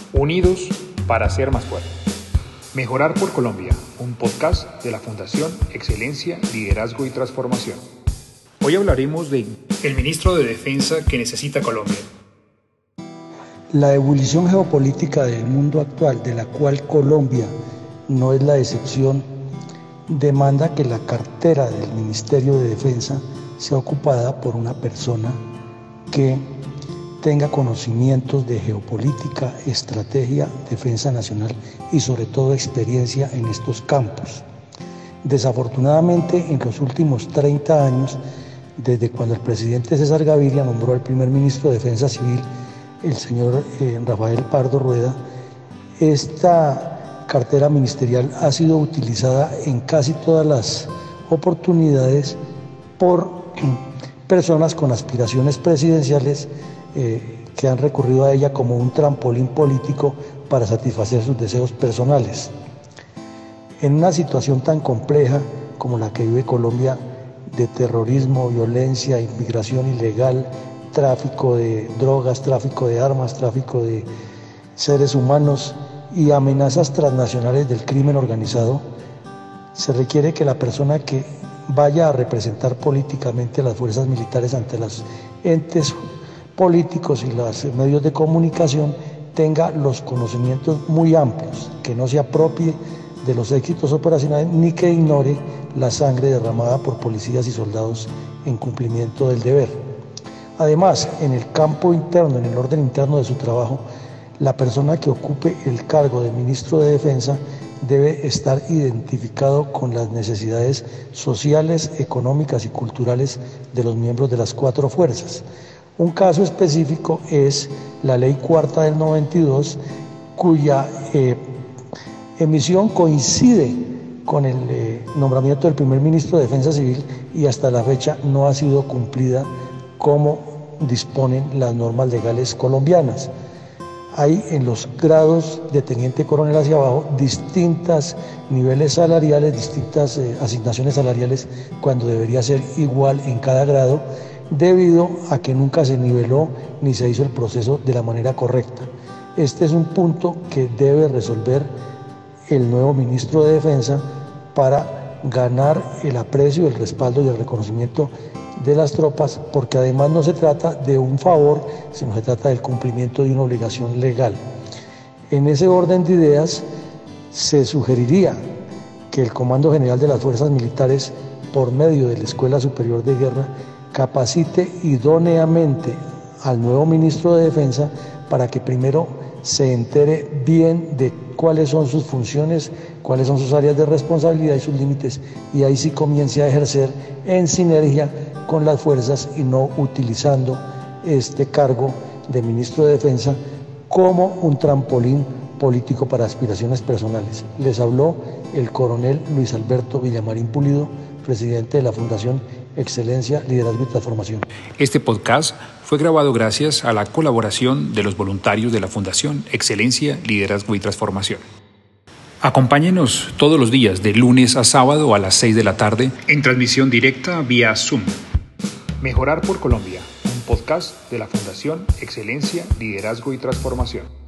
Unidos para ser más fuertes. Mejorar por Colombia, un podcast de la Fundación Excelencia, Liderazgo y Transformación. Hoy hablaremos de el ministro de Defensa que necesita Colombia. La ebullición geopolítica del mundo actual, de la cual Colombia no es la excepción, demanda que la cartera del Ministerio de Defensa sea ocupada por una persona que tenga conocimientos de geopolítica, estrategia, defensa nacional y sobre todo experiencia en estos campos. Desafortunadamente, en los últimos 30 años, desde cuando el presidente César Gaviria nombró al primer ministro de Defensa Civil, el señor Rafael Pardo Rueda, esta cartera ministerial ha sido utilizada en casi todas las oportunidades por personas con aspiraciones presidenciales que han recurrido a ella como un trampolín político para satisfacer sus deseos personales. En una situación tan compleja como la que vive Colombia, de terrorismo, violencia, inmigración ilegal, tráfico de drogas, tráfico de armas, tráfico de seres humanos y amenazas transnacionales del crimen organizado, se requiere que la persona que vaya a representar políticamente a las fuerzas militares ante los entes políticos y los medios de comunicación tenga los conocimientos muy amplios, que no se apropie de los éxitos operacionales ni que ignore la sangre derramada por policías y soldados en cumplimiento del deber. Además, en el campo interno, en el orden interno de su trabajo, la persona que ocupe el cargo de ministro de Defensa debe estar identificado con las necesidades sociales, económicas y culturales de los miembros de las cuatro fuerzas. Un caso específico es la Ley Cuarta del 92, cuya emisión coincide con el nombramiento del primer ministro de Defensa Civil y hasta la fecha no ha sido cumplida como disponen las normas legales colombianas. Hay en los grados de teniente coronel hacia abajo distintos niveles salariales, distintas asignaciones salariales, cuando debería ser igual en cada grado, debido a que nunca se niveló ni se hizo el proceso de la manera correcta. Este es un punto que debe resolver el nuevo ministro de Defensa para ganar el aprecio, el respaldo y el reconocimiento de las tropas, porque además no se trata de un favor, sino se trata del cumplimiento de una obligación legal. En ese orden de ideas, se sugeriría que el Comando General de las Fuerzas Militares, por medio de la Escuela Superior de Guerra, capacite idóneamente al nuevo ministro de Defensa para que primero se entere bien de cuáles son sus funciones, cuáles son sus áreas de responsabilidad y sus límites, y ahí sí comience a ejercer en sinergia con las fuerzas y no utilizando este cargo de ministro de Defensa como un trampolín político para aspiraciones personales. Les habló el coronel Luis Alberto Villamarín Pulido, presidente de la Fundación Excelencia, Liderazgo y Transformación. Este podcast fue grabado gracias a la colaboración de los voluntarios de la Fundación Excelencia, Liderazgo y Transformación. Acompáñenos todos los días de lunes a sábado a las 6 de la tarde en transmisión directa vía Zoom. Mejorar por Colombia, un podcast de la Fundación Excelencia, Liderazgo y Transformación.